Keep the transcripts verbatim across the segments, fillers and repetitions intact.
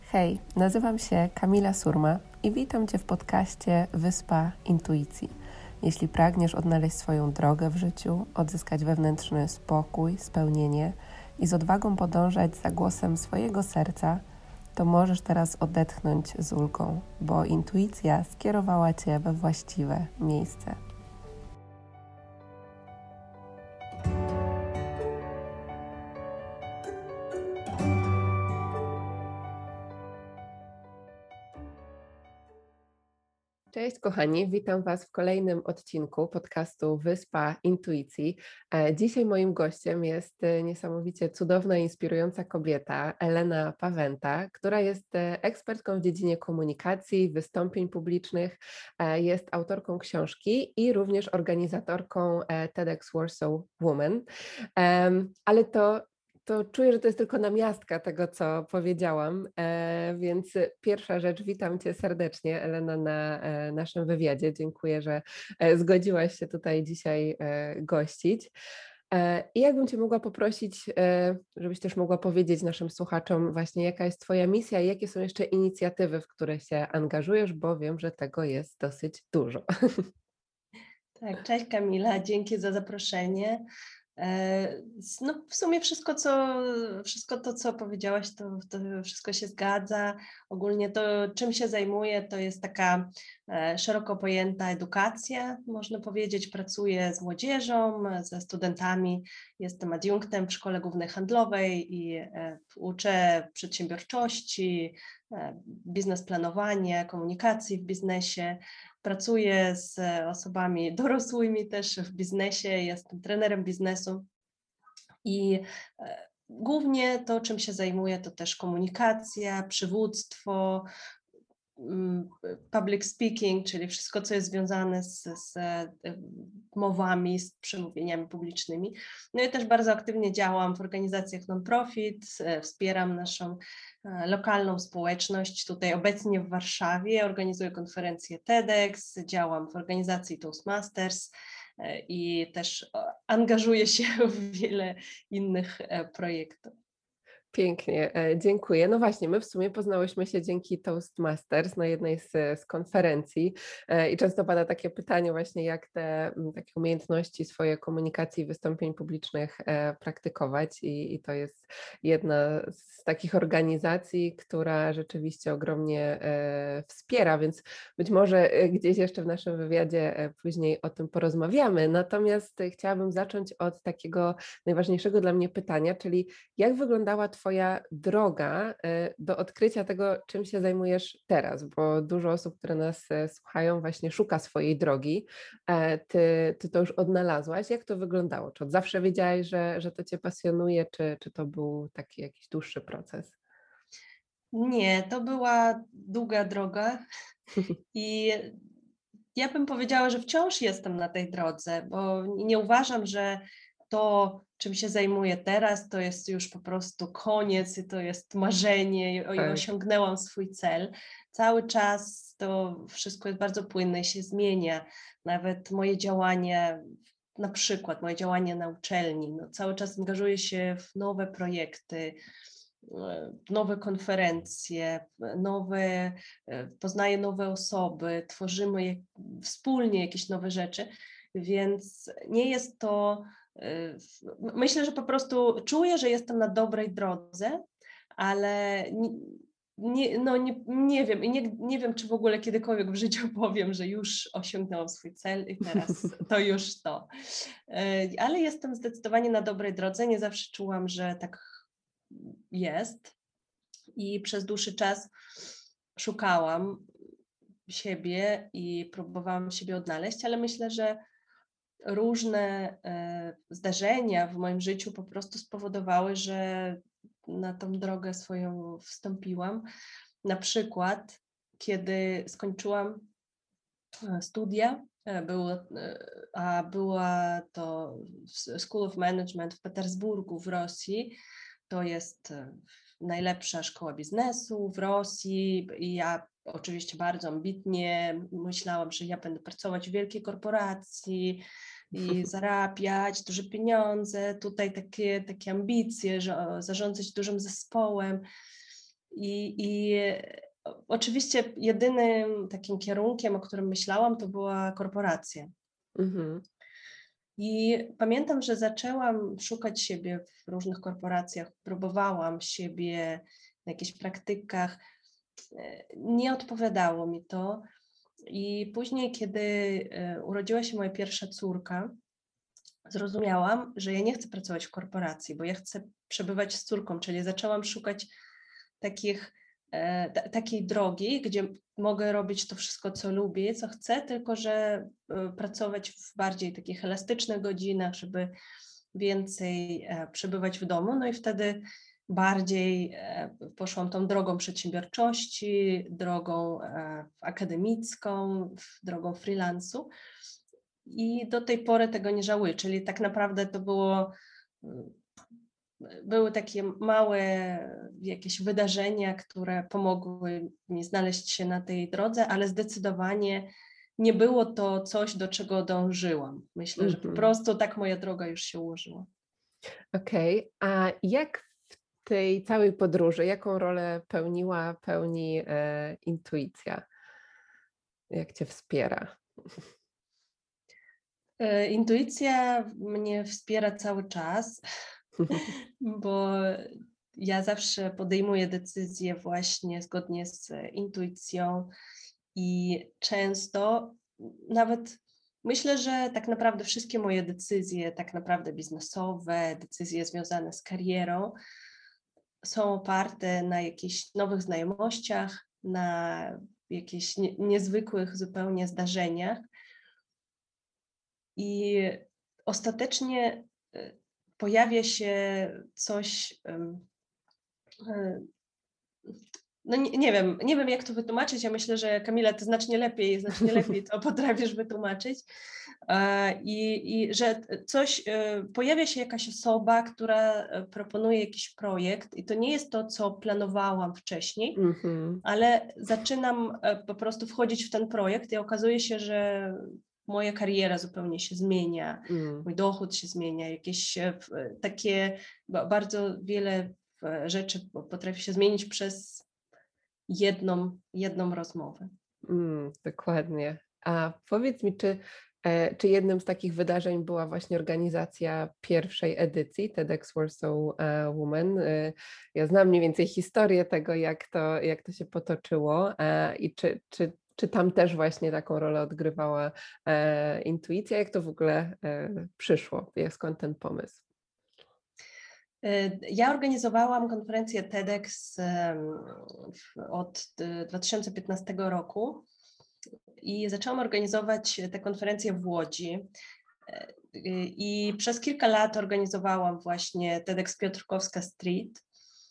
Hej, nazywam się Kamila Surma i witam Cię w podcaście Wyspa Intuicji. Jeśli pragniesz odnaleźć swoją drogę w życiu, odzyskać wewnętrzny spokój, spełnienie i z odwagą podążać za głosem swojego serca, to możesz teraz odetchnąć z ulgą, bo intuicja skierowała Cię we właściwe miejsce. Cześć kochani, witam Was w kolejnym odcinku podcastu Wyspa Intuicji. Dzisiaj moim gościem jest niesamowicie cudowna i inspirująca kobieta, Elena Pawęta, która jest ekspertką w dziedzinie komunikacji, wystąpień publicznych, jest autorką książki i również organizatorką TEDx Warsaw Women. Ale to to czuję, że to jest tylko namiastka tego, co powiedziałam, e, więc pierwsza rzecz, witam Cię serdecznie, Elena, na e, naszym wywiadzie. Dziękuję, że e, zgodziłaś się tutaj dzisiaj e, gościć. E, I jakbym Cię mogła poprosić, e, żebyś też mogła powiedzieć naszym słuchaczom właśnie, jaka jest Twoja misja i jakie są jeszcze inicjatywy, w które się angażujesz, bo wiem, że tego jest dosyć dużo. Tak, cześć Kamila, dzięki za zaproszenie. No, w sumie wszystko, co, wszystko to, co powiedziałaś, to, to wszystko się zgadza. Ogólnie to, czym się zajmuję, to jest taka szeroko pojęta edukacja, można powiedzieć. Pracuję z młodzieżą, ze studentami, jestem adiunktem w Szkole Głównej Handlowej i uczę przedsiębiorczości, biznesplanowania, komunikacji w biznesie. Pracuję z osobami dorosłymi też w biznesie, jestem trenerem biznesu i głównie to, czym się zajmuję, to też komunikacja, przywództwo, public speaking, czyli wszystko, co jest związane z, z mowami, z przemówieniami publicznymi. No i też bardzo aktywnie działam w organizacjach non-profit, wspieram naszą lokalną społeczność tutaj obecnie w Warszawie, organizuję konferencję TEDx, działam w organizacji Toastmasters i też angażuję się w wiele innych projektów. Pięknie, dziękuję. No właśnie, my w sumie poznałyśmy się dzięki Toastmasters na jednej z, z konferencji i często pada takie pytanie właśnie, jak te takie umiejętności swoje komunikacji, wystąpień publicznych praktykować i, i to jest jedna z takich organizacji, która rzeczywiście ogromnie wspiera, więc być może gdzieś jeszcze w naszym wywiadzie później o tym porozmawiamy. Natomiast chciałabym zacząć od takiego najważniejszego dla mnie pytania, czyli jak wyglądała Twoja droga do odkrycia tego, czym się zajmujesz teraz, bo dużo osób, które nas słuchają, właśnie szuka swojej drogi. Ty, ty to już odnalazłaś. Jak to wyglądało? Czy od zawsze wiedziałaś, że, że to Cię pasjonuje, czy, czy to był taki jakiś dłuższy proces? Nie, to była długa droga i ja bym powiedziała, że wciąż jestem na tej drodze, bo nie uważam, że to, czym się zajmuję teraz, to jest już po prostu koniec i to jest marzenie i, i osiągnęłam swój cel. Cały czas to wszystko jest bardzo płynne i się zmienia. Nawet moje działanie, na przykład moje działanie na uczelni, no cały czas angażuję się w nowe projekty, nowe konferencje, nowe, poznaję nowe osoby, tworzymy wspólnie jakieś nowe rzeczy, więc nie jest to, myślę, że po prostu czuję, że jestem na dobrej drodze, ale nie, nie, no nie, nie wiem i nie, nie wiem, czy w ogóle kiedykolwiek w życiu powiem, że już osiągnęłam swój cel i teraz to już to. Ale jestem zdecydowanie na dobrej drodze, nie zawsze czułam, że tak jest i przez dłuższy czas szukałam siebie i próbowałam siebie odnaleźć, ale myślę, że różne e, zdarzenia w moim życiu po prostu spowodowały, że na tą drogę swoją wstąpiłam. Na przykład, kiedy skończyłam studia, było, a była to School of Management w Petersburgu w Rosji. To jest najlepsza szkoła biznesu w Rosji i ja oczywiście bardzo ambitnie myślałam, że ja będę pracować w wielkiej korporacji i zarabiać duże pieniądze, tutaj takie, takie ambicje, że zarządzać dużym zespołem. I, i oczywiście jedynym takim kierunkiem, o którym myślałam, to była korporacja. Mhm. I pamiętam, że zaczęłam szukać siebie w różnych korporacjach, próbowałam siebie na jakichś praktykach. E, Nie odpowiadało mi to. I później, kiedy e, urodziła się moja pierwsza córka, zrozumiałam, że ja nie chcę pracować w korporacji, bo ja chcę przebywać z córką, czyli zaczęłam szukać takich, e, ta, takiej drogi, gdzie mogę robić to wszystko, co lubię, co chcę, tylko że e, pracować w bardziej takich elastycznych godzinach, żeby więcej e, przebywać w domu. No i wtedy bardziej e, poszłam tą drogą przedsiębiorczości, drogą e, akademicką, w- drogą freelansu. I do tej pory tego nie żałuję, czyli tak naprawdę to było, mm, były takie małe jakieś wydarzenia, które pomogły mi znaleźć się na tej drodze, ale zdecydowanie nie było to coś, do czego dążyłam. Myślę, że po Mhm. prostu tak moja droga już się ułożyła. Okej, a jak w tej całej podróży, jaką rolę pełniła, pełni e, intuicja? Jak cię wspiera? E, Intuicja mnie wspiera cały czas, bo ja zawsze podejmuję decyzje właśnie zgodnie z intuicją i często nawet myślę, że tak naprawdę wszystkie moje decyzje, tak naprawdę biznesowe, decyzje związane z karierą są oparte na jakichś nowych znajomościach, na jakichś nie, niezwykłych zupełnie zdarzeniach. I ostatecznie e, pojawia się coś, em, e, no nie, nie wiem, nie wiem jak to wytłumaczyć. Ja myślę, że Kamila, ty znacznie lepiej, znacznie lepiej to potrafisz wytłumaczyć. E, I, i że coś, e, pojawia się jakaś osoba, która e, proponuje jakiś projekt i to nie jest to, co planowałam wcześniej, Mhm. ale zaczynam e, po prostu wchodzić w ten projekt i okazuje się, że moja kariera zupełnie się zmienia, Mm. mój dochód się zmienia, jakieś e, w- e, takie ba- bardzo wiele e, rzeczy po- potrafi się zmienić przez jedną, jedną rozmowę. Mm, dokładnie. A powiedz mi, czy, e, czy jednym z takich wydarzeń była właśnie organizacja pierwszej edycji TEDx Warsaw e, Women? E, Ja znam mniej więcej historię tego, jak to, jak to się potoczyło e, i czy, czy, czy tam też właśnie taką rolę odgrywała e, intuicja? Jak to w ogóle e, przyszło? Jak- Skąd ten pomysł? E, Ja organizowałam konferencję TEDx em, w- od e, dwa tysiące piętnastego roku i zaczęłam organizować tę konferencję w Łodzi. E, I przez kilka lat organizowałam właśnie TEDx Piotrkowska Street.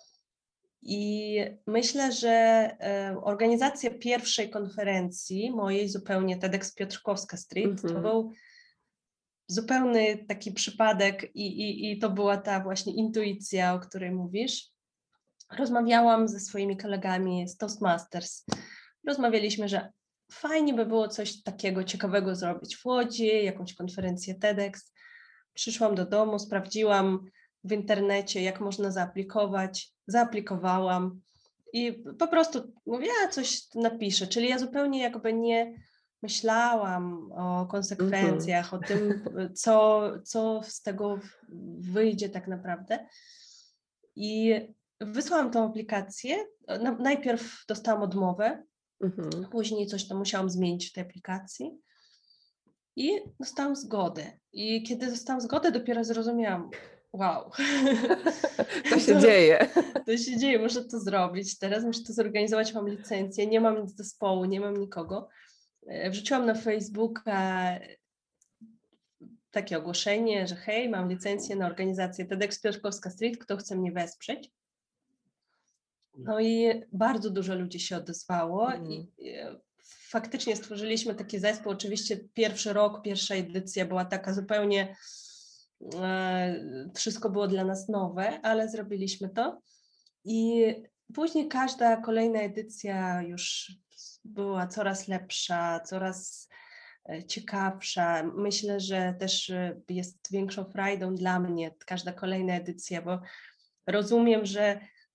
I myślę, że e, organizacja pierwszej konferencji mojej zupełnie TEDx Piotrkowska Street to Mhm. był zupełny taki przypadek i, i, i to była ta właśnie intuicja, o której mówisz. Rozmawiałam ze swoimi kolegami z Toastmasters. Rozmawialiśmy, że fajnie by było coś takiego ciekawego zrobić w Łodzi, jakąś konferencję TEDx. Przyszłam do domu, sprawdziłam w internecie, jak można zaaplikować. Zaaplikowałam i po prostu mówię, ja coś napiszę. Czyli ja zupełnie jakby nie myślałam o Mhm. konsekwencjach, o tym, co, co z tego wyjdzie tak naprawdę. I wysłałam tą aplikację. Na- Najpierw dostałam odmowę, Mhm. później coś tam musiałam zmienić w tej aplikacji i dostałam zgodę. I kiedy dostałam zgodę, dopiero zrozumiałam, wow, Co się to, dzieje? to się dzieje, muszę to zrobić. Teraz muszę to zorganizować, mam licencję, nie mam nic zespołu, nie mam nikogo. E, Wrzuciłam na Facebooka takie ogłoszenie, że hej, mam licencję na organizację TEDx Piotrkowska Street, kto chce mnie wesprzeć? No i bardzo dużo ludzi się odezwało Mm. i e, faktycznie stworzyliśmy taki zespół. Oczywiście pierwszy rok, pierwsza edycja była taka zupełnie, e, wszystko było dla nas nowe, ale zrobiliśmy to. I później każda kolejna edycja już była coraz lepsza, coraz e, ciekawsza. Myślę, że też e, jest większą frajdą dla mnie każda kolejna edycja, bo rozumiem, że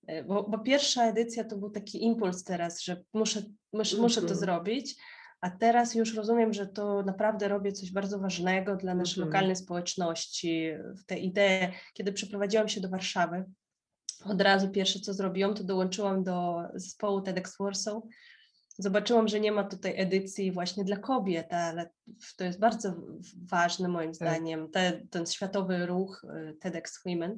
E, Bo, bo pierwsza edycja to był taki impuls teraz, że muszę, muszę, muszę to Mhm, zrobić, a teraz już rozumiem, że to naprawdę robię coś bardzo ważnego dla naszej mhm. lokalnej społeczności. W tę ideę, kiedy przeprowadziłam się do Warszawy, od razu pierwsze co zrobiłam, to dołączyłam do zespołu TEDx Warsaw. Zobaczyłam, że nie ma tutaj edycji właśnie dla kobiet, ale to jest bardzo w- ważny moim Tak. zdaniem, te, ten światowy ruch y, TEDx Women.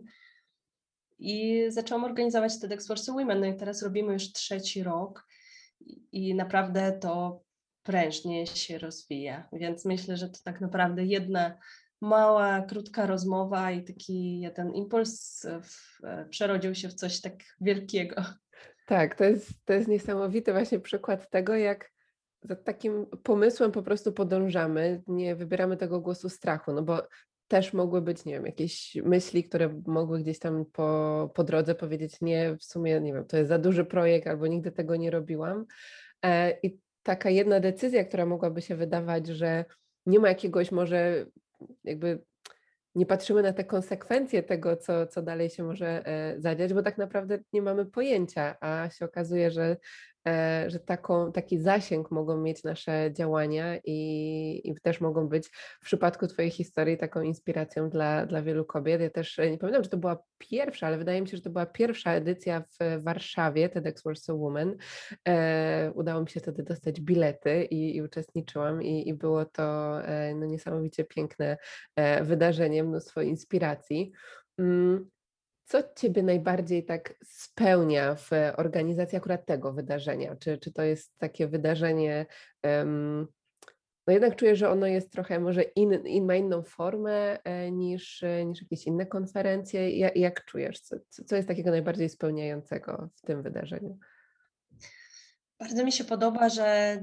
I zaczęłam organizować TEDx Warsaw Women, no i teraz robimy już trzeci rok i i naprawdę to prężnie się rozwija, więc myślę, że to tak naprawdę jedna mała, krótka rozmowa i taki jeden impuls w, przerodził się w coś tak wielkiego. Tak, to jest, to jest niesamowity właśnie przykład tego, jak za takim pomysłem po prostu podążamy, nie wybieramy tego głosu strachu, no bo też mogły być, nie wiem, jakieś myśli, które mogły gdzieś tam po, po drodze powiedzieć, nie, w sumie, nie wiem, to jest za duży projekt albo nigdy tego nie robiłam. E, I taka jedna decyzja, która mogłaby się wydawać, że nie ma jakiegoś może jakby nie patrzymy na te konsekwencje tego, co, co dalej się może e, zadziać, bo tak naprawdę nie mamy pojęcia, a się okazuje, że, e, że taką, taki zasięg mogą mieć nasze działania i, i też mogą być w przypadku Twojej historii taką inspiracją dla, dla wielu kobiet. Ja też e, nie pamiętam, czy to była pierwsza, ale wydaje mi się, że to była pierwsza edycja w Warszawie TEDx Warsaw Women. E, udało mi się wtedy dostać bilety i, i uczestniczyłam i, i było to e, no, niesamowicie piękne e, wydarzenie, mnóstwo inspiracji. Mm, Co Ciebie najbardziej tak spełnia w organizacji akurat tego wydarzenia? Czy, czy to jest takie wydarzenie, em, no jednak czuję, że ono jest trochę może in, in, ma inną formę e, niż, e, niż jakieś inne konferencje. Ja, jak czujesz? Co, co co jest takiego najbardziej spełniającego w tym wydarzeniu? Bardzo mi się podoba, że,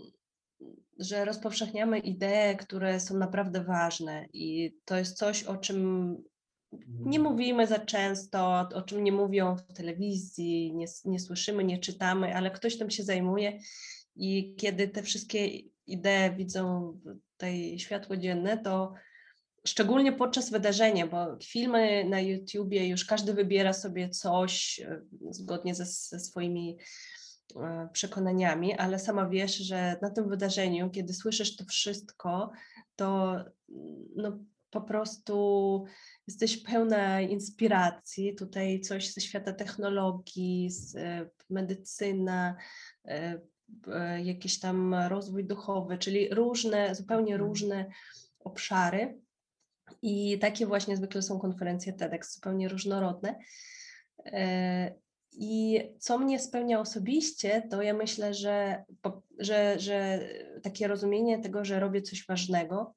że rozpowszechniamy idee, które są naprawdę ważne i to jest coś, o czym nie mówimy za często, o czym nie mówią w telewizji, nie, nie słyszymy, nie czytamy, ale ktoś tym się zajmuje i kiedy te wszystkie idee widzą tutaj światło dzienne, to szczególnie podczas wydarzenia, bo filmy na YouTubie już każdy wybiera sobie coś e, zgodnie ze, ze swoimi e, przekonaniami, ale sama wiesz, że na tym wydarzeniu, kiedy słyszysz to wszystko, to no, po prostu jesteś pełna inspiracji. Tutaj coś ze świata technologii, z e, medycyna, e, e, jakiś tam rozwój duchowy, czyli różne, zupełnie Mhm. różne obszary. I takie właśnie zwykle są konferencje TEDx, zupełnie różnorodne. E, I co mnie spełnia osobiście, to ja myślę, że, że, że takie rozumienie tego, że robię coś ważnego.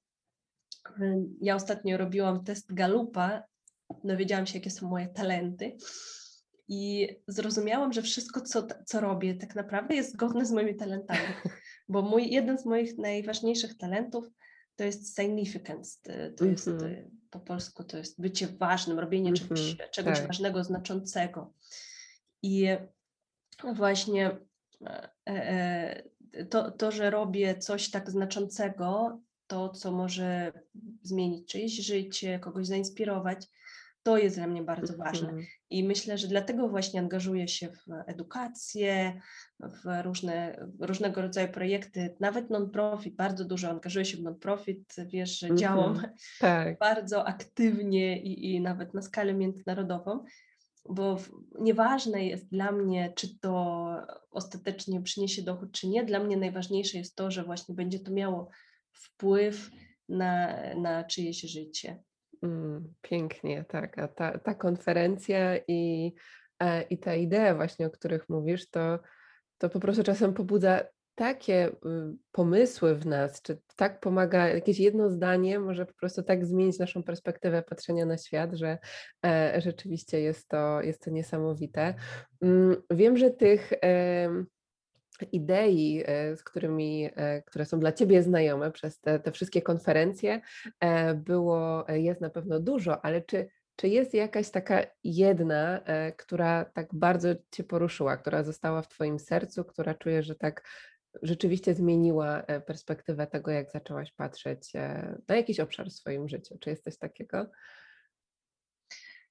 Ja ostatnio robiłam test Galupa, dowiedziałam się, jakie są moje talenty i zrozumiałam, że wszystko, co, co robię, tak naprawdę jest zgodne z moimi talentami, bo mój, jeden z moich najważniejszych talentów to jest significance, to jest Mhm, po polsku, to jest bycie ważnym, robienie czegoś, mhm, czegoś tak. ważnego, znaczącego. I właśnie e, e, to, to, że robię coś tak znaczącego, to, co może zmienić czyjeś życie, kogoś zainspirować, to jest dla mnie bardzo ważne. Mhm, I myślę, że dlatego właśnie angażuję się w edukację, w różne, różnego rodzaju projekty, nawet non-profit, bardzo dużo angażuję się w non-profit, wiesz, że działam mhm, tak. bardzo aktywnie i, i nawet na skalę międzynarodową, bo w, nieważne jest dla mnie, czy to ostatecznie przyniesie dochód, czy nie. Dla mnie najważniejsze jest to, że właśnie będzie to miało wpływ na, na czyjeś życie. Mm, pięknie, tak. A ta, ta konferencja i, e, i ta idea właśnie, o których mówisz, to, to po prostu czasem pobudza takie y, pomysły w nas, czy tak pomaga, jakieś jedno zdanie może po prostu tak zmienić naszą perspektywę patrzenia na świat, że e, rzeczywiście jest to, jest to niesamowite. Mm, wiem, że tych em, idei, e, z którymi, e, które są dla Ciebie znajome przez te, te wszystkie konferencje, e, było, e, jest na pewno dużo, ale czy, czy jest jakaś taka jedna, e, która tak bardzo Cię poruszyła, która została w Twoim sercu, która czujesz, że tak rzeczywiście zmieniła e, perspektywę tego, jak zaczęłaś patrzeć e, na jakiś obszar w swoim życiu? Czy jest coś takiego?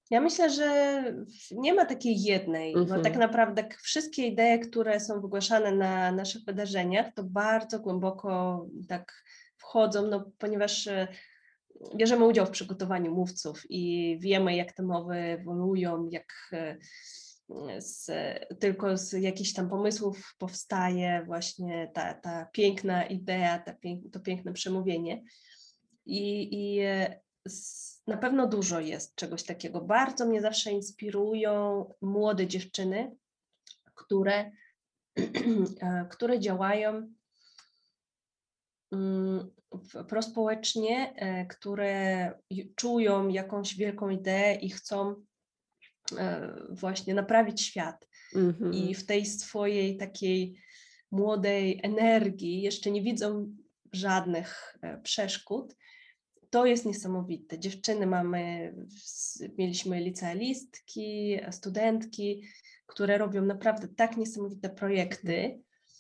Ja myślę, że nie ma takiej jednej, bo tak Mhm. naprawdę k- wszystkie idee, które są wygłaszane na naszych wydarzeniach, to bardzo głęboko tak wchodzą, no, ponieważ e, bierzemy udział w przygotowaniu mówców i wiemy, jak te mowy ewoluują, jak e, z, tylko z jakichś tam pomysłów powstaje właśnie ta, ta piękna idea, ta pięk, to piękne przemówienie. I, i e, s- na pewno dużo jest czegoś takiego. Bardzo mnie zawsze inspirują młode dziewczyny, które, e, które działają mm, w- prospołecznie, e, które ju- czują jakąś wielką ideę i chcą e, właśnie naprawić świat. I Mhm. w tej swojej takiej młodej energii jeszcze nie widzą żadnych e, przeszkód. To jest niesamowite. Dziewczyny mamy, s- mieliśmy licealistki, studentki, które robią naprawdę tak niesamowite Mhm. projekty,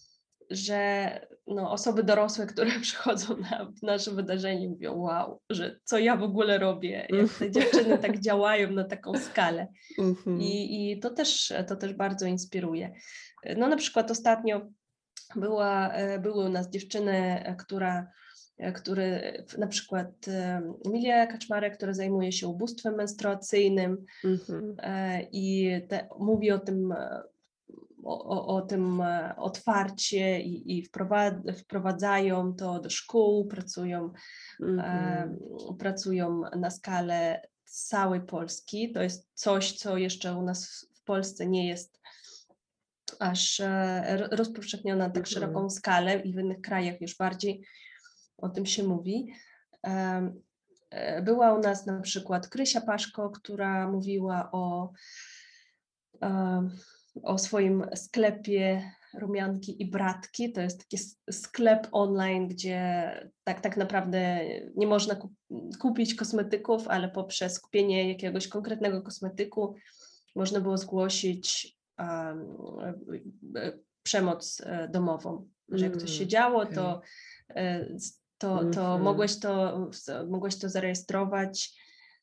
że no, osoby dorosłe, które przychodzą na nasze wydarzenie, mówią: wow, że co ja w ogóle robię, jak te dziewczyny tak działają na taką skalę. Mhm. I, i to też, to też bardzo inspiruje. No na przykład ostatnio była, e, były u nas dziewczyny, e, która, e, które na przykład e, Emilia Kaczmarek, która zajmuje się ubóstwem menstruacyjnym Mhm. e, i te, mówi o tym, e, o, o, o tym e, otwarcie i, i wprowadza, wprowadzają to do szkół, pracują, e, Mhm. pracują na skalę całej Polski. To jest coś, co jeszcze u nas w Polsce nie jest aż e, ro- rozpowszechniona na tak Mhm. szeroką skalę i w innych krajach już bardziej o tym się mówi. Em, e, Była u nas na przykład Krysia Paszko, która mówiła o, em, o swoim sklepie Rumianki i Bratki. To jest taki s- sklep online, gdzie tak, tak naprawdę nie można kup- kupić kosmetyków, ale poprzez kupienie jakiegoś konkretnego kosmetyku można było zgłosić um, e, przemoc e, domową. Że jak coś się Mm, działo, okej. to, e, to, to Mhm. mogłeś to mogłeś to zarejestrować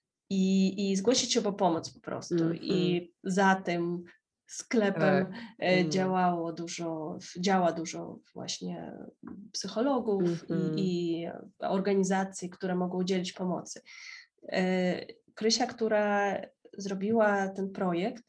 i, i zgłosić się po pomoc po prostu. Mhm. I za tym sklepem Tak. e, Mm. działało dużo, działa dużo właśnie psychologów i, Mhm. i organizacji, które mogą udzielić pomocy. E, Krysia, która zrobiła ten projekt,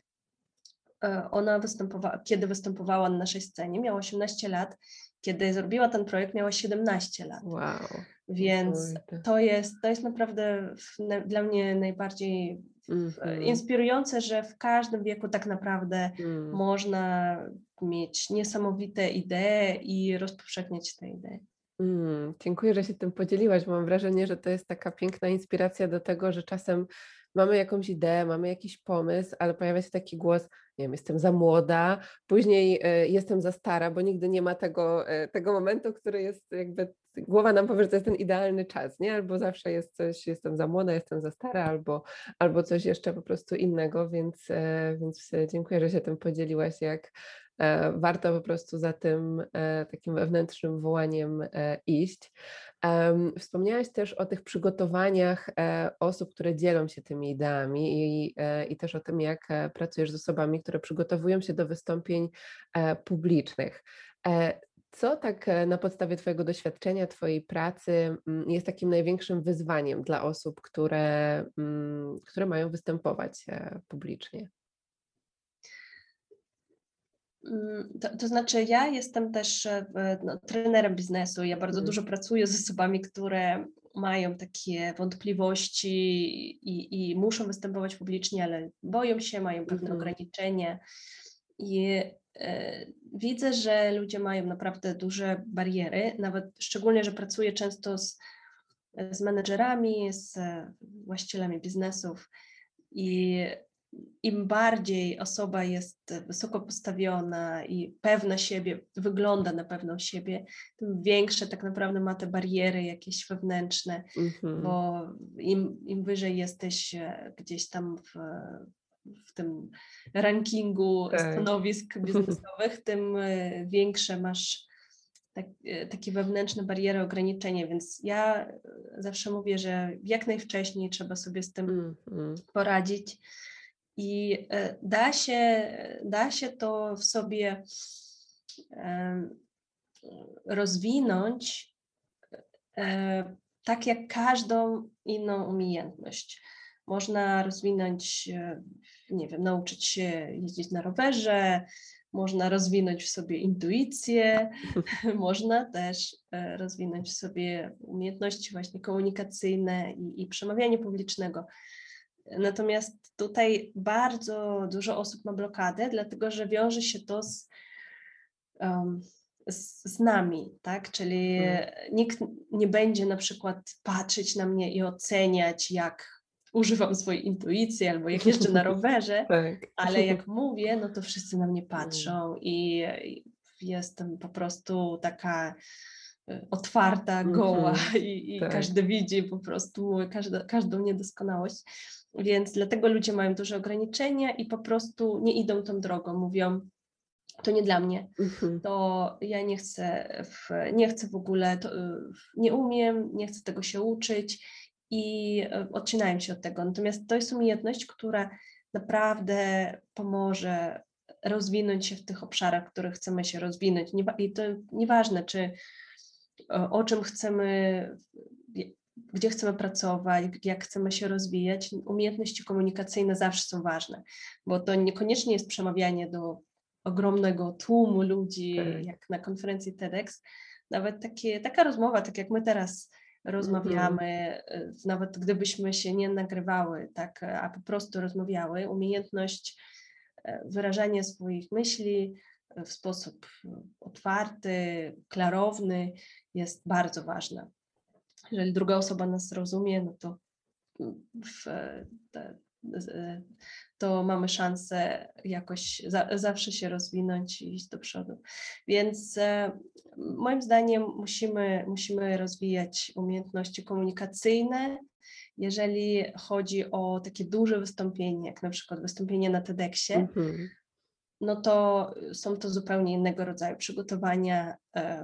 e, ona występowała, kiedy występowała na naszej scenie, miała osiemnaście lat, kiedy zrobiła ten projekt, miała siedemnaście lat. Wow. Więc Niesamowite. to jest, to jest naprawdę w, na, dla mnie najbardziej w, Mhm. inspirujące, że w każdym wieku tak naprawdę Mm. można mieć niesamowite idee i rozpowszechniać te idee. Mm, dziękuję, że się tym podzieliłaś, bo mam wrażenie, że to jest taka piękna inspiracja do tego, że czasem mamy jakąś ideę, mamy jakiś pomysł, ale pojawia się taki głos, nie wiem, jestem za młoda, później e, jestem za stara, bo nigdy nie ma tego, e, tego momentu, który jest jakby, głowa nam powie, że to jest ten idealny czas, nie? Albo zawsze jest coś, jestem za młoda, jestem za stara, albo, albo coś jeszcze po prostu innego, więc, e, więc dziękuję, że się tym podzieliłaś, jak e, warto po prostu za tym e, takim wewnętrznym wołaniem e, iść. Em, Wspomniałaś też o tych przygotowaniach e, osób, które dzielą się tymi ideami i, e, i też o tym, jak e, pracujesz z osobami, które przygotowują się do wystąpień e, publicznych. E, Co tak e, na podstawie Twojego doświadczenia, Twojej pracy mm, jest takim największym wyzwaniem dla osób, które, mm, które mają występować e, publicznie? Mm, To, to znaczy, ja jestem też e, no, trenerem biznesu. Ja bardzo Mhm. dużo pracuję z osobami, które mają takie wątpliwości i, i muszą występować publicznie, ale boją się, mają pewne Mhm. ograniczenia. I e, widzę, że ludzie mają naprawdę duże bariery, nawet szczególnie, że pracuję często z, z menedżerami, z e, właścicielami biznesów. I im bardziej osoba jest wysoko postawiona i pewna siebie, wygląda na pewną siebie, tym większe tak naprawdę ma te bariery jakieś wewnętrzne, Mhm. bo im, im wyżej jesteś e, gdzieś tam w, w tym rankingu Tak. stanowisk biznesowych, tym e, większe masz tak, takie wewnętrzne bariery, ograniczenia, więc ja zawsze mówię, że jak najwcześniej trzeba sobie z tym Mhm. poradzić i da się, da się to w sobie em, rozwinąć e, tak jak każdą inną umiejętność. Można rozwinąć, e, nie wiem, nauczyć się jeździć na rowerze, można rozwinąć w sobie intuicję, można też e, rozwinąć w sobie umiejętności właśnie komunikacyjne i, i przemawianie publicznego. Natomiast tutaj bardzo dużo osób ma blokadę, dlatego że wiąże się to z, um, z, z nami, tak? Czyli Mhm. nikt nie będzie na przykład patrzeć na mnie i oceniać, jak używam swojej intuicji albo jak jeżdżę na rowerze, Tak. ale jak mówię, no to wszyscy na mnie Mm. patrzą i, i jestem po prostu taka e, otwarta, goła Mhm. i, i Tak. każdy widzi po prostu każda, każdą niedoskonałość. Więc dlatego ludzie mają duże ograniczenia i po prostu nie idą tą drogą. Mówią, to nie dla mnie, Mhm. to ja nie chcę, w, nie chcę w ogóle, to, nie umiem, nie chcę tego się uczyć i e, odcinają się od tego. Natomiast to jest umiejętność, która naprawdę pomoże rozwinąć się w tych obszarach, w których chcemy się rozwinąć. Nie, I to nieważne, czy o, o czym chcemy, gdzie chcemy pracować, jak chcemy się rozwijać. Umiejętności komunikacyjne zawsze są ważne, bo to niekoniecznie jest przemawianie do ogromnego tłumu ludzi, Tak. jak na konferencji TEDx. Nawet takie, taka rozmowa, tak jak my teraz rozmawiamy, Mhm. nawet gdybyśmy się nie nagrywały, tak, a po prostu rozmawiały, umiejętność wyrażania swoich myśli w sposób otwarty, klarowny jest bardzo ważna. Jeżeli druga osoba nas rozumie, no to, w, te, to mamy szansę jakoś za, zawsze się rozwinąć i iść do przodu. Więc e, moim zdaniem musimy, musimy rozwijać umiejętności komunikacyjne, jeżeli chodzi o takie duże wystąpienie, jak na przykład wystąpienie na TEDxie, Mhm. no to są to zupełnie innego rodzaju przygotowania,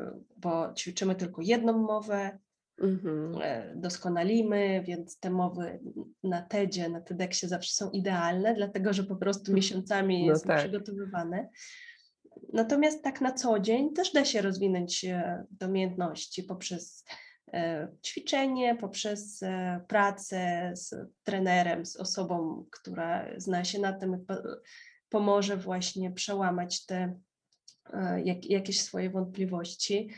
bo ćwiczymy tylko jedną mowę, Mhm. doskonalimy, więc te mowy na TEDzie, na TEDxie zawsze są idealne, dlatego że po prostu miesiącami No są tak. przygotowywane. Natomiast tak na co dzień też da się rozwinąć te umiejętności poprzez ćwiczenie, poprzez pracę z trenerem, z osobą, która zna się na tym, pomoże właśnie przełamać te jak, jakieś swoje wątpliwości.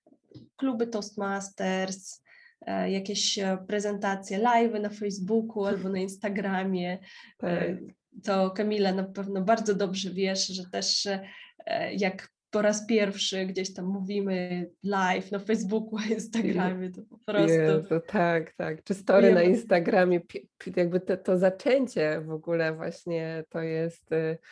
Kluby Toastmasters, jakieś prezentacje, live'y na Facebooku albo na Instagramie. Tak. To Kamila na pewno bardzo dobrze wiesz, że też jak po raz pierwszy gdzieś tam mówimy live na Facebooku, Instagramie, to po prostu... Jezu, tak, tak. Czy story na Czujemy... Instagramie, jakby to, to zaczęcie w ogóle właśnie to jest,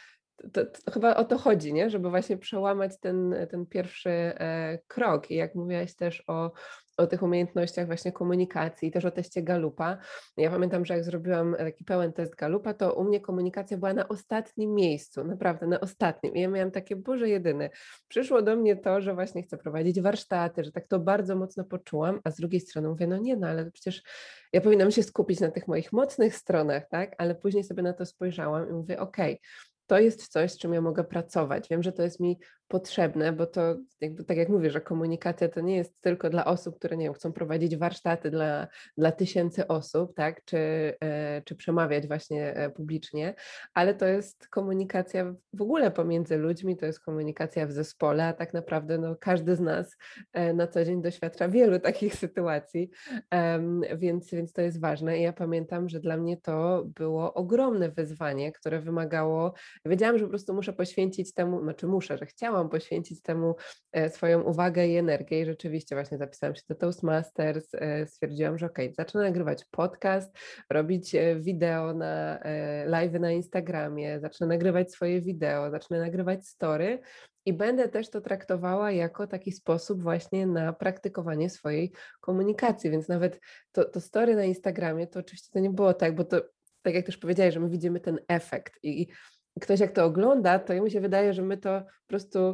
to, to chyba o to chodzi, nie? Żeby właśnie przełamać ten, ten pierwszy e, krok. I jak mówiłaś też o, o tych umiejętnościach właśnie komunikacji, też o teście Galupa. Ja pamiętam, że jak zrobiłam taki pełen test Galupa, to u mnie komunikacja była na ostatnim miejscu, naprawdę na ostatnim. I ja miałam takie, Boże jedyny. Przyszło do mnie to, że właśnie chcę prowadzić warsztaty, że tak to bardzo mocno poczułam, a z drugiej strony mówię, no nie, no ale przecież ja powinnam się skupić na tych moich mocnych stronach, tak? Ale później sobie na to spojrzałam i mówię, okej, okay, to jest coś, z czym ja mogę pracować. Wiem, że to jest mi potrzebne, bo to jakby tak jak mówię, że komunikacja to nie jest tylko dla osób, które nie wiem, chcą prowadzić warsztaty dla, dla tysięcy osób, tak, czy, e, czy przemawiać właśnie e, publicznie, ale to jest komunikacja w ogóle pomiędzy ludźmi, to jest komunikacja w zespole, a tak naprawdę no, każdy z nas e, na co dzień doświadcza wielu takich sytuacji, um, więc, więc to jest ważne. I ja pamiętam, że dla mnie to było ogromne wyzwanie, które wymagało, wiedziałam, że po prostu muszę poświęcić temu, znaczy muszę, że chciałam poświęcić temu swoją uwagę i energię i rzeczywiście właśnie zapisałam się do Toastmasters, stwierdziłam, że okej, okay, zacznę nagrywać podcast, robić wideo na live na Instagramie, zacznę nagrywać swoje wideo, zacznę nagrywać story i będę też to traktowała jako taki sposób właśnie na praktykowanie swojej komunikacji, więc nawet to, to story na Instagramie to oczywiście to nie było tak, bo to tak jak też powiedziałeś, że my widzimy ten efekt i ktoś jak to ogląda, to jemu się wydaje, że my to po prostu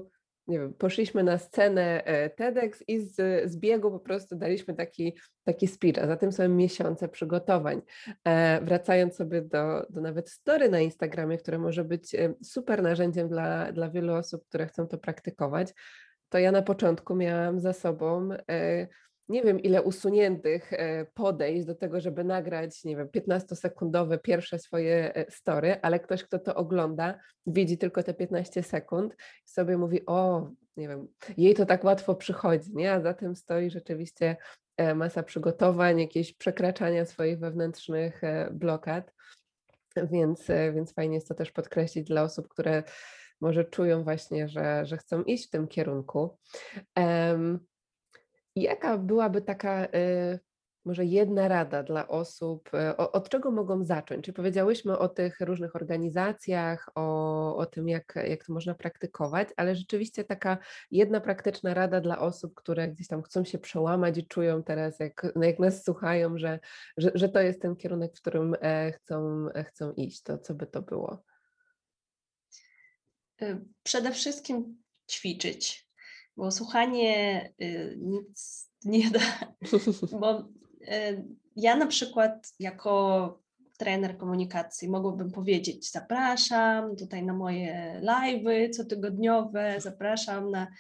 nie wiem, poszliśmy na scenę e, TEDx i z, z biegu po prostu daliśmy taki, taki speech, a za tym są miesiące przygotowań. E, wracając sobie do, do nawet story na Instagramie, które może być e, super narzędziem dla, dla wielu osób, które chcą to praktykować, to ja na początku miałam za sobą e, nie wiem ile usuniętych e, podejść do tego, żeby nagrać, nie wiem, piętnastosekundowe pierwsze swoje e, story, ale ktoś, kto to ogląda, widzi tylko te piętnaście sekund i sobie mówi, o, nie wiem, jej to tak łatwo przychodzi, nie? A za tym stoi rzeczywiście e, masa przygotowań, jakieś przekraczania swoich wewnętrznych e, blokad, więc, e, więc fajnie jest to też podkreślić dla osób, które może czują właśnie, że, że chcą iść w tym kierunku. Em, Jaka byłaby taka y, może jedna rada dla osób, y, o- od czego mogą zacząć? Czy powiedziałyśmy o tych różnych organizacjach, o, o tym, jak, jak to można praktykować, ale rzeczywiście taka jedna praktyczna rada dla osób, które gdzieś tam chcą się przełamać i czują teraz, jak, no jak nas słuchają, że, że, że to jest ten kierunek, w którym e, chcą, e, chcą iść, to co by to było? Y, Przede wszystkim ćwiczyć, bo słuchanie y, nic nie da, bo y, ja na przykład jako trener komunikacji mogłabym powiedzieć, zapraszam tutaj na moje live'y cotygodniowe, zapraszam na,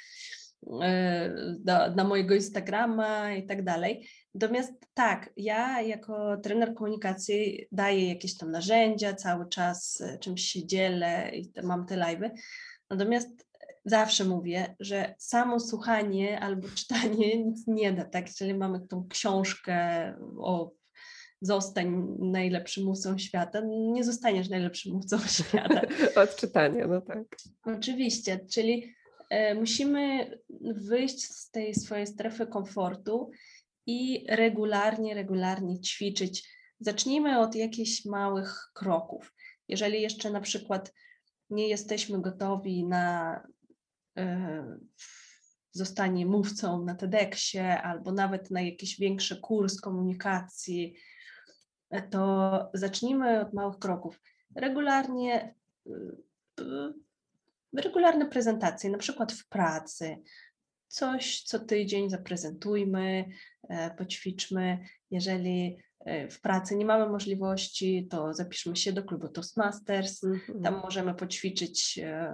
y, do, na mojego Instagrama i tak dalej. Natomiast tak, ja jako trener komunikacji daję jakieś tam narzędzia, cały czas y, czymś się dzielę i te, mam te live'y. Natomiast zawsze mówię, że samo słuchanie albo czytanie nic nie da, tak? Jeżeli mamy tą książkę o zostań najlepszym mówcą świata, nie zostaniesz najlepszym mówcą świata. Od czytania, no tak. Oczywiście, czyli e, musimy wyjść z tej swojej strefy komfortu i regularnie, regularnie ćwiczyć. Zacznijmy od jakichś małych kroków. Jeżeli jeszcze na przykład nie jesteśmy gotowi na e, zostanie mówcą na TEDxie albo nawet na jakiś większy kurs komunikacji, e, to zacznijmy od małych kroków. Regularnie, e, regularne prezentacje, na przykład w pracy. Coś co tydzień zaprezentujmy, e, poćwiczmy. Jeżeli e, w pracy nie mamy możliwości, to zapiszmy się do klubu Toastmasters. Mhm. Tam możemy poćwiczyć e,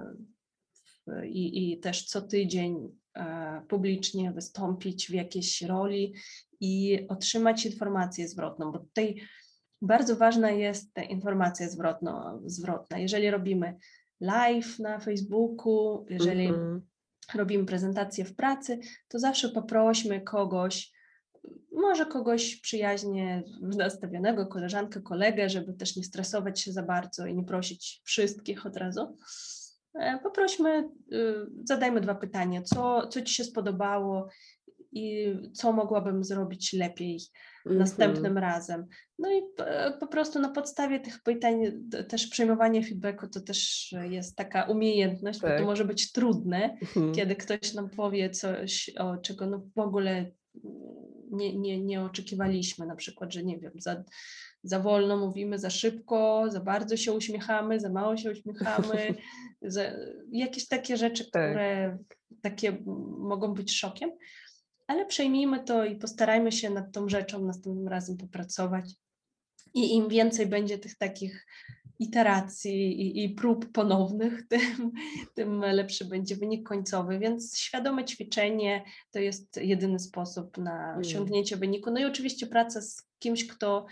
i, i też co tydzień e, publicznie wystąpić w jakiejś roli i otrzymać informację zwrotną, bo tutaj bardzo ważna jest ta informacja zwrotno, zwrotna. Jeżeli robimy live na Facebooku, jeżeli Mhm. robimy prezentację w pracy, to zawsze poprośmy kogoś, może kogoś przyjaźnie nastawionego, koleżankę, kolegę, żeby też nie stresować się za bardzo i nie prosić wszystkich od razu. E, Poprośmy, y, zadajmy dwa pytania, co, co Ci się spodobało i co mogłabym zrobić lepiej Mhm. następnym razem. No i p- po prostu na podstawie tych pytań d- też przyjmowanie feedbacku to też jest taka umiejętność, bo to Tak. może być trudne, Mhm. kiedy ktoś nam powie coś, o czego no w ogóle nie, nie, nie oczekiwaliśmy, na przykład, że nie wiem, za, za wolno mówimy, za szybko, za bardzo się uśmiechamy, za mało się uśmiechamy, za, jakieś takie rzeczy, Tak. które takie mogą być szokiem, ale przejmijmy to i postarajmy się nad tą rzeczą następnym razem popracować. I im więcej będzie tych takich iteracji i, i prób ponownych, tym, tym lepszy będzie wynik końcowy. Więc świadome ćwiczenie to jest jedyny sposób na Mm. osiągnięcie wyniku. No i oczywiście praca z kimś, kto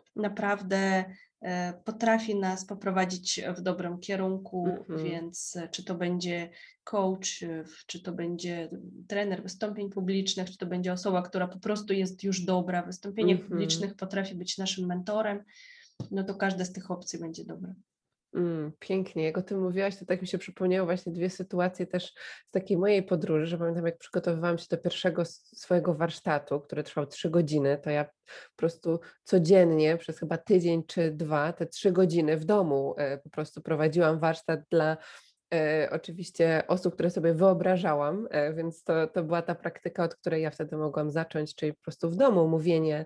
naprawdę e, potrafi nas poprowadzić w dobrym kierunku, Mhm. więc e, czy to będzie coach, e, czy to będzie trener wystąpień publicznych, czy to będzie osoba, która po prostu jest już dobra w wystąpieniach Mhm. publicznych, potrafi być naszym mentorem, no to każda z tych opcji będzie dobra. Mm, pięknie. Jak o tym mówiłaś, to tak mi się przypomniało właśnie dwie sytuacje też z takiej mojej podróży, że pamiętam, jak przygotowywałam się do pierwszego s- swojego warsztatu, który trwał trzy godziny, to ja po prostu codziennie przez chyba tydzień czy dwa, te trzy godziny w domu e, po prostu prowadziłam warsztat dla e, oczywiście osób, które sobie wyobrażałam, e, więc to, to była ta praktyka, od której ja wtedy mogłam zacząć, czyli po prostu w domu mówienie,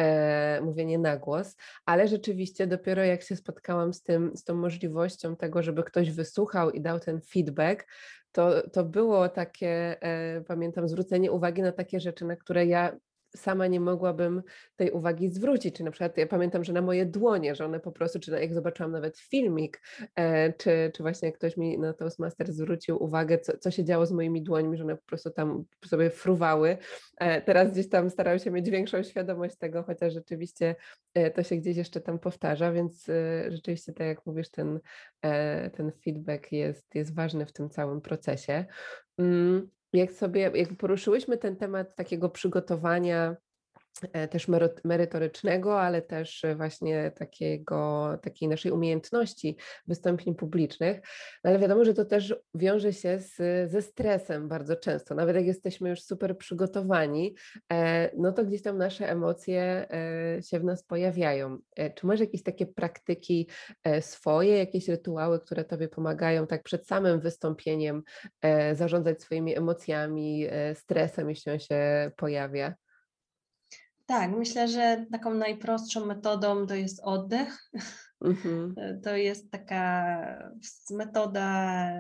e, mówienie na głos, ale rzeczywiście dopiero jak się spotkałam z tym, z tą możliwością tego, żeby ktoś wysłuchał i dał ten feedback, to, to było takie, e, pamiętam, zwrócenie uwagi na takie rzeczy, na które ja sama nie mogłabym tej uwagi zwrócić. Czy na przykład ja pamiętam, że na moje dłonie, że one po prostu, czy jak zobaczyłam nawet filmik, e, czy, czy właśnie jak ktoś mi na Toastmaster zwrócił uwagę, co, co się działo z moimi dłońmi, że one po prostu tam sobie fruwały. E, teraz gdzieś tam staram się mieć większą świadomość tego, chociaż rzeczywiście e, to się gdzieś jeszcze tam powtarza, więc e, rzeczywiście tak jak mówisz, ten, e, ten feedback jest, jest ważny w tym całym procesie. Mm, Jak sobie, jak poruszyłyśmy ten temat takiego przygotowania e, też mero- merytorycznego, ale też e, właśnie takiego, takiej naszej umiejętności wystąpień publicznych, no ale wiadomo, że to też wiąże się z, ze stresem bardzo często. Nawet jak jesteśmy już super przygotowani, e, no to gdzieś tam nasze emocje e, się w nas pojawiają. E, Czy masz jakieś takie praktyki e, swoje, jakieś rytuały, które tobie pomagają tak przed samym wystąpieniem e, zarządzać swoimi emocjami, e, stresem, jeśli on się pojawia? Tak, myślę, że taką najprostszą metodą to jest oddech. Mhm, To jest taka metoda,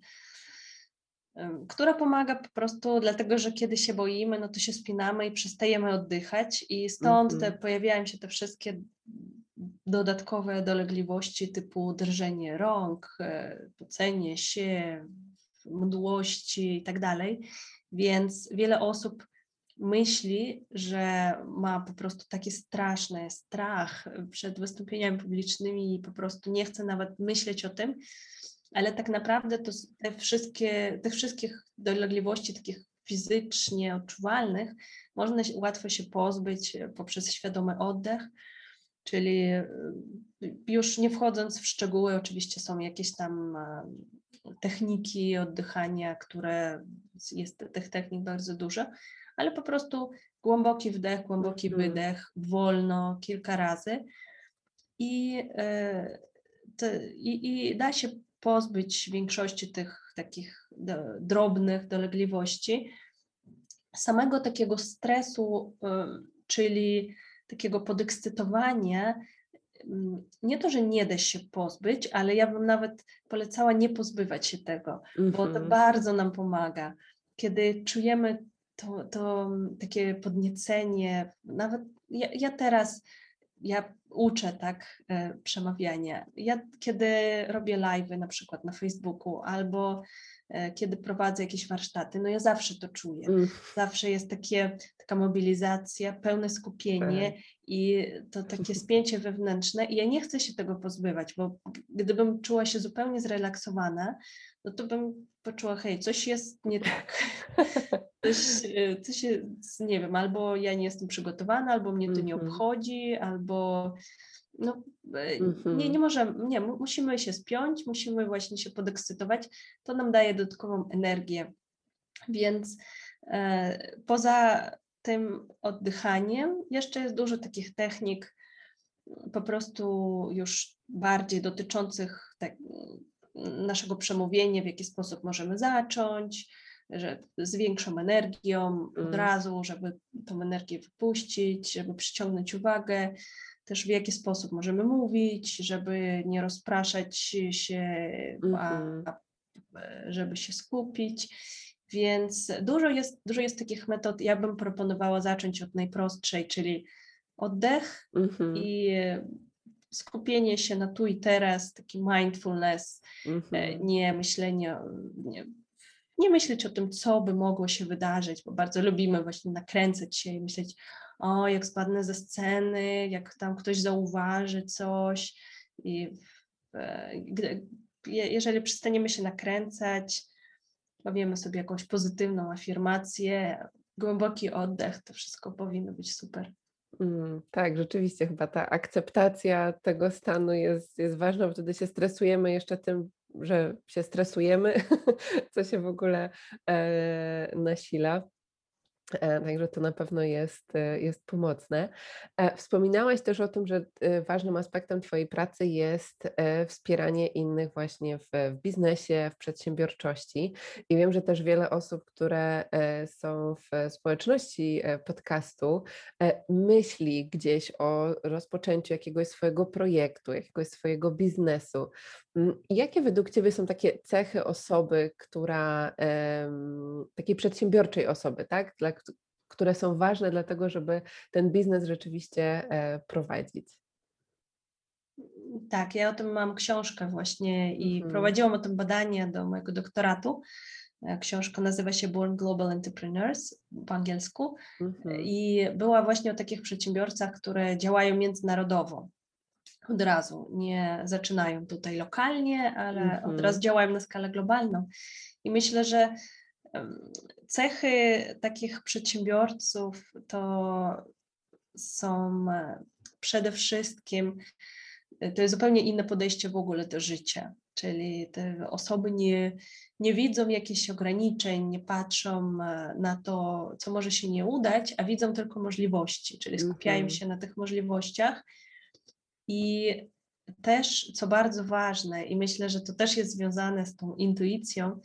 em, która pomaga po prostu dlatego, że kiedy się boimy, no to się spinamy i przestajemy oddychać i stąd te mhm, pojawiają się te wszystkie dodatkowe dolegliwości typu drżenie rąk, e, pocenie się, mdłości i tak dalej. Więc wiele osób myśli, że ma po prostu taki straszny strach przed wystąpieniami publicznymi i po prostu nie chce nawet myśleć o tym, ale tak naprawdę to te wszystkie, tych wszystkich dolegliwości takich fizycznie odczuwalnych można się, łatwo się pozbyć poprzez świadomy oddech, czyli już nie wchodząc w szczegóły, oczywiście są jakieś tam techniki oddychania, które jest tych technik bardzo dużo, ale po prostu głęboki wdech, głęboki mhm, wydech, wolno, kilka razy i, te, i, i da się pozbyć większości tych takich do, drobnych dolegliwości. Samego takiego stresu, czyli takiego podekscytowania, nie to, że nie da się pozbyć, ale ja bym nawet polecała nie pozbywać się tego, bo to mhm, bardzo nam pomaga. Kiedy czujemy to, to takie podniecenie, nawet ja, ja teraz, ja uczę tak e, przemawiania. Ja kiedy robię live'y na przykład na Facebooku albo e, kiedy prowadzę jakieś warsztaty, no ja zawsze to czuję. mm, Zawsze jest takie, taka mobilizacja, pełne tak. skupienie i to takie spięcie wewnętrzne i ja nie chcę się tego pozbywać, bo gdybym czuła się zupełnie zrelaksowana, no to bym poczuła, hej, coś jest nie tak. Coś, e, coś jest, nie wiem, albo ja nie jestem przygotowana, albo mnie to nie Mhm, obchodzi, albo no, e, nie, nie mhm, możemy, nie, mu- musimy się spiąć, musimy właśnie się podekscytować, to nam daje dodatkową energię, więc e, poza tym oddychaniem jeszcze jest dużo takich technik po prostu już bardziej dotyczących tak, naszego przemówienia, w jaki sposób możemy zacząć, że z większą energią od mm, razu, żeby tą energię wypuścić, żeby przyciągnąć uwagę, też w jaki sposób możemy mówić, żeby nie rozpraszać się, a, mhm, a żeby się skupić. Więc dużo jest, dużo jest takich metod. Ja bym proponowała zacząć od najprostszej, czyli oddech mhm, i skupienie się na tu i teraz, taki mindfulness, e, mhm, nie myślenie, o- nie, nie myśleć o tym, co by mogło się wydarzyć, bo bardzo lubimy właśnie nakręcać się i myśleć, o, jak spadnę ze sceny, jak tam ktoś zauważy coś. I e, gdy, je- jeżeli przestaniemy się nakręcać, powiemy sobie jakąś pozytywną afirmację, głęboki oddech, to wszystko powinno być super. mm. Tak, rzeczywiście chyba ta akceptacja tego stanu jest, jest ważna, bo wtedy się stresujemy jeszcze tym, że się stresujemy, co się w ogóle e, nasila. E, Także to na pewno jest, e, jest pomocne. E, Wspominałaś też o tym, że e, ważnym aspektem Twojej pracy jest e, wspieranie innych właśnie w, w biznesie, w przedsiębiorczości. I wiem, że też wiele osób, które e, są w społeczności e, podcastu, e, myśli gdzieś o rozpoczęciu jakiegoś swojego projektu, jakiegoś swojego biznesu. Mm, Jakie według Ciebie są takie cechy osoby, która, em, takiej przedsiębiorczej osoby, tak? Dla, kt- które są ważne dlatego, żeby ten biznes rzeczywiście e, prowadzić? Tak, ja o tym mam książkę właśnie i Mhm, prowadziłam o tym badania do mojego doktoratu. E, Książka nazywa się Born Global Entrepreneurs po angielsku mhm, i była właśnie o takich przedsiębiorcach, które działają międzynarodowo od razu. Nie zaczynają tutaj lokalnie, ale od razu mhm, działają na skalę globalną. I myślę, że em, cechy takich przedsiębiorców to są e, przede wszystkim, e, to jest zupełnie inne podejście w ogóle do życia. Czyli te osoby nie, nie widzą jakichś ograniczeń, nie patrzą e, na to, co może się nie udać, a widzą tylko możliwości, czyli skupiają mhm, się na tych możliwościach. I też, co bardzo ważne, i myślę, że to też jest związane z tą intuicją,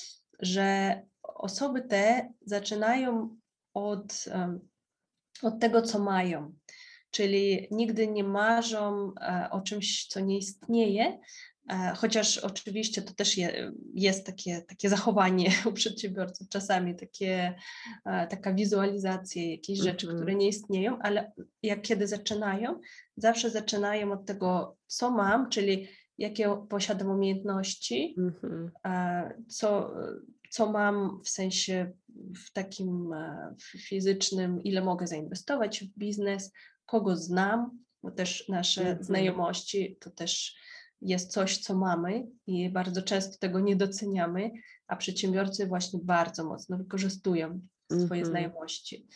że osoby te zaczynają od, em, od tego, co mają. Czyli nigdy nie marzą e, o czymś, co nie istnieje, e, chociaż oczywiście to też je, jest takie, takie zachowanie u przedsiębiorców, czasami takie, e, taka wizualizacja jakichś rzeczy, które mhm, nie istnieją, ale jak kiedy zaczynają, zawsze zaczynają od tego, co mam, czyli jakie posiadam umiejętności, mhm, e, co, co mam w sensie w takim e, fizycznym, ile mogę zainwestować w biznes, kogo znam, bo też nasze mhm, znajomości to też jest coś, co mamy i bardzo często tego nie doceniamy, a przedsiębiorcy właśnie bardzo mocno wykorzystują swoje mhm, znajomości.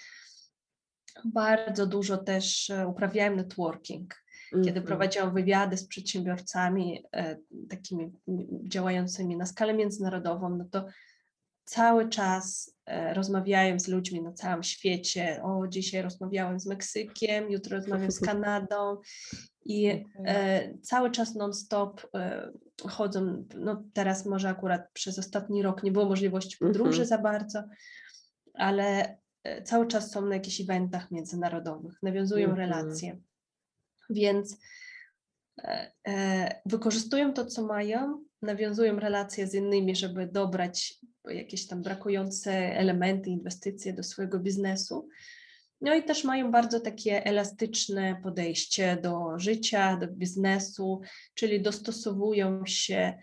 Bardzo dużo też e, uprawiałem networking. Kiedy mhm, prowadziłam wywiady z przedsiębiorcami e, takimi m, działającymi na skalę międzynarodową, no to cały czas e, rozmawiałem z ludźmi na całym świecie. O, dzisiaj rozmawiałem z Meksykiem, jutro rozmawiam z Kanadą i okej, e, cały czas non-stop e, chodzą. No teraz może akurat przez ostatni rok nie było możliwości podróży mhm, za bardzo, ale e, cały czas są na jakichś eventach międzynarodowych, nawiązują mhm, relacje, więc e, e, wykorzystują to, co mają, nawiązują relacje z innymi, żeby dobrać jakieś tam brakujące elementy, inwestycje do swojego biznesu. No i też mają bardzo takie elastyczne podejście do życia, do biznesu, czyli dostosowują się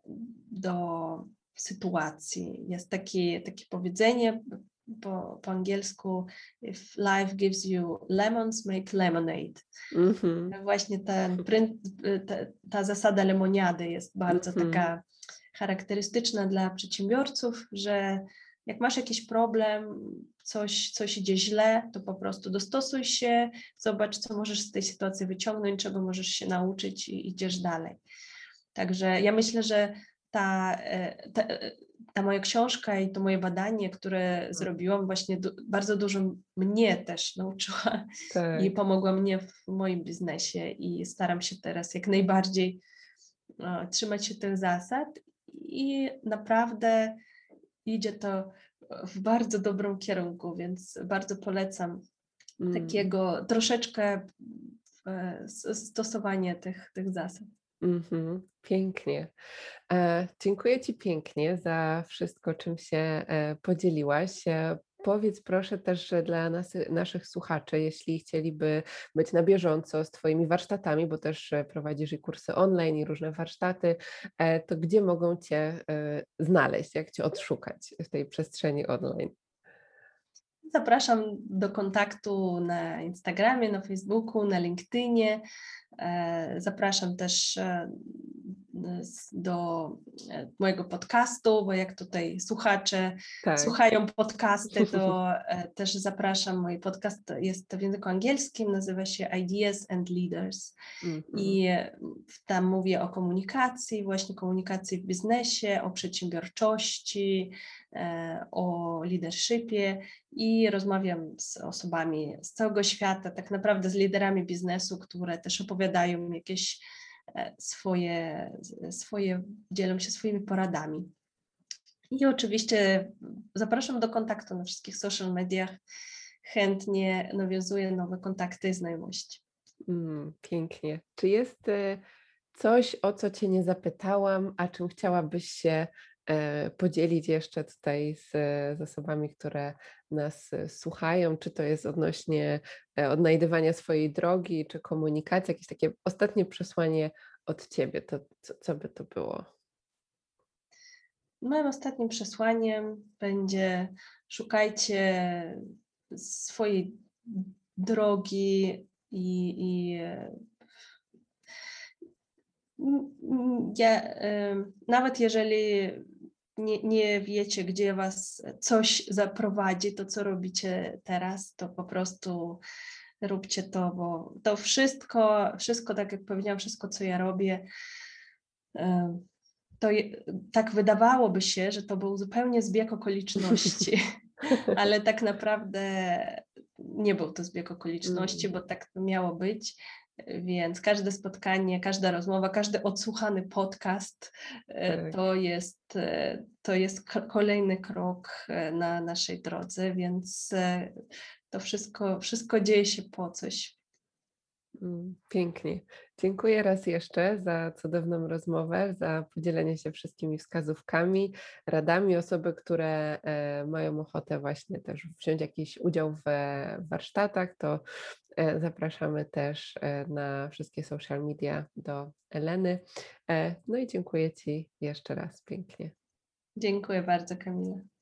do sytuacji. Jest takie, takie powiedzenie po, po angielsku: if life gives you lemons, make lemonade. mhm, Właśnie ten, ta, ta zasada lemoniady jest bardzo mhm, taka charakterystyczna dla przedsiębiorców, że jak masz jakiś problem, coś, coś idzie źle, to po prostu dostosuj się, zobacz, co możesz z tej sytuacji wyciągnąć, czego możesz się nauczyć i idziesz dalej. Także ja myślę, że ta, e, ta, e, ta moja książka i to moje badanie, które zrobiłam, właśnie du- bardzo dużo mnie też nauczyła i tak. pomogła mnie w moim biznesie i staram się teraz jak najbardziej e, trzymać się tych zasad i naprawdę idzie to w bardzo dobrym kierunku, więc bardzo polecam Mm. takiego troszeczkę e, s- stosowanie tych, tych zasad. Mhm, pięknie. E, dziękuję Ci pięknie za wszystko, czym się e, podzieliłaś. E, powiedz proszę też, że dla nas, naszych słuchaczy, jeśli chcieliby być na bieżąco z Twoimi warsztatami, bo też e, prowadzisz i kursy online, i różne warsztaty, e, to gdzie mogą Cię e, znaleźć, jak Cię odszukać w tej przestrzeni online? Zapraszam do kontaktu na Instagramie, na Facebooku, na LinkedInie. E, Zapraszam też e, s- do e, mojego podcastu, bo jak tutaj słuchacze Tak. słuchają podcasty, to e, też zapraszam. Mój podcast jest w języku angielskim, nazywa się Ideas and Leaders. Mhm, I e, tam mówię o komunikacji, właśnie komunikacji w biznesie, o przedsiębiorczości, e, o leadershipie i rozmawiam z osobami z całego świata, tak naprawdę z liderami biznesu, które też opowiadają jakieś e, swoje, swoje, dzielą się swoimi poradami. I oczywiście zapraszam do kontaktu na wszystkich social mediach. Chętnie nawiązuję nowe kontakty i znajomości. mm, pięknie. Czy jest e, coś, o co Cię nie zapytałam, a czym chciałabyś się e, podzielić jeszcze tutaj z, z osobami, które nas e, słuchają? Czy to jest odnośnie e, odnajdywania swojej drogi, czy komunikacji? Jakieś takie ostatnie przesłanie od Ciebie, to co, co by to było? Moim ostatnim przesłaniem będzie: szukajcie swojej drogi i, i e, m- m- ja, e, nawet jeżeli nie, nie wiecie, gdzie was coś zaprowadzi, to co robicie teraz, to po prostu róbcie to, bo to wszystko, wszystko, tak jak powiedziałam, wszystko, co ja robię, e, to je, tak wydawałoby się, że to był zupełnie zbieg okoliczności, ale tak naprawdę nie był to zbieg okoliczności, Mm, bo tak to miało być. Więc każde spotkanie, każda rozmowa, każdy odsłuchany podcast e, tak. to jest, e, to jest k- kolejny krok e, na naszej drodze, więc e, to wszystko, wszystko dzieje się po coś. Mm, pięknie. Dziękuję raz jeszcze za cudowną rozmowę, za podzielenie się wszystkimi wskazówkami, radami. Osoby, które e, mają ochotę właśnie też wziąć jakiś udział w warsztatach, to e, zapraszamy też e, na wszystkie social media do Eleny. E, No i dziękuję Ci jeszcze raz pięknie. Dziękuję bardzo, Kamila.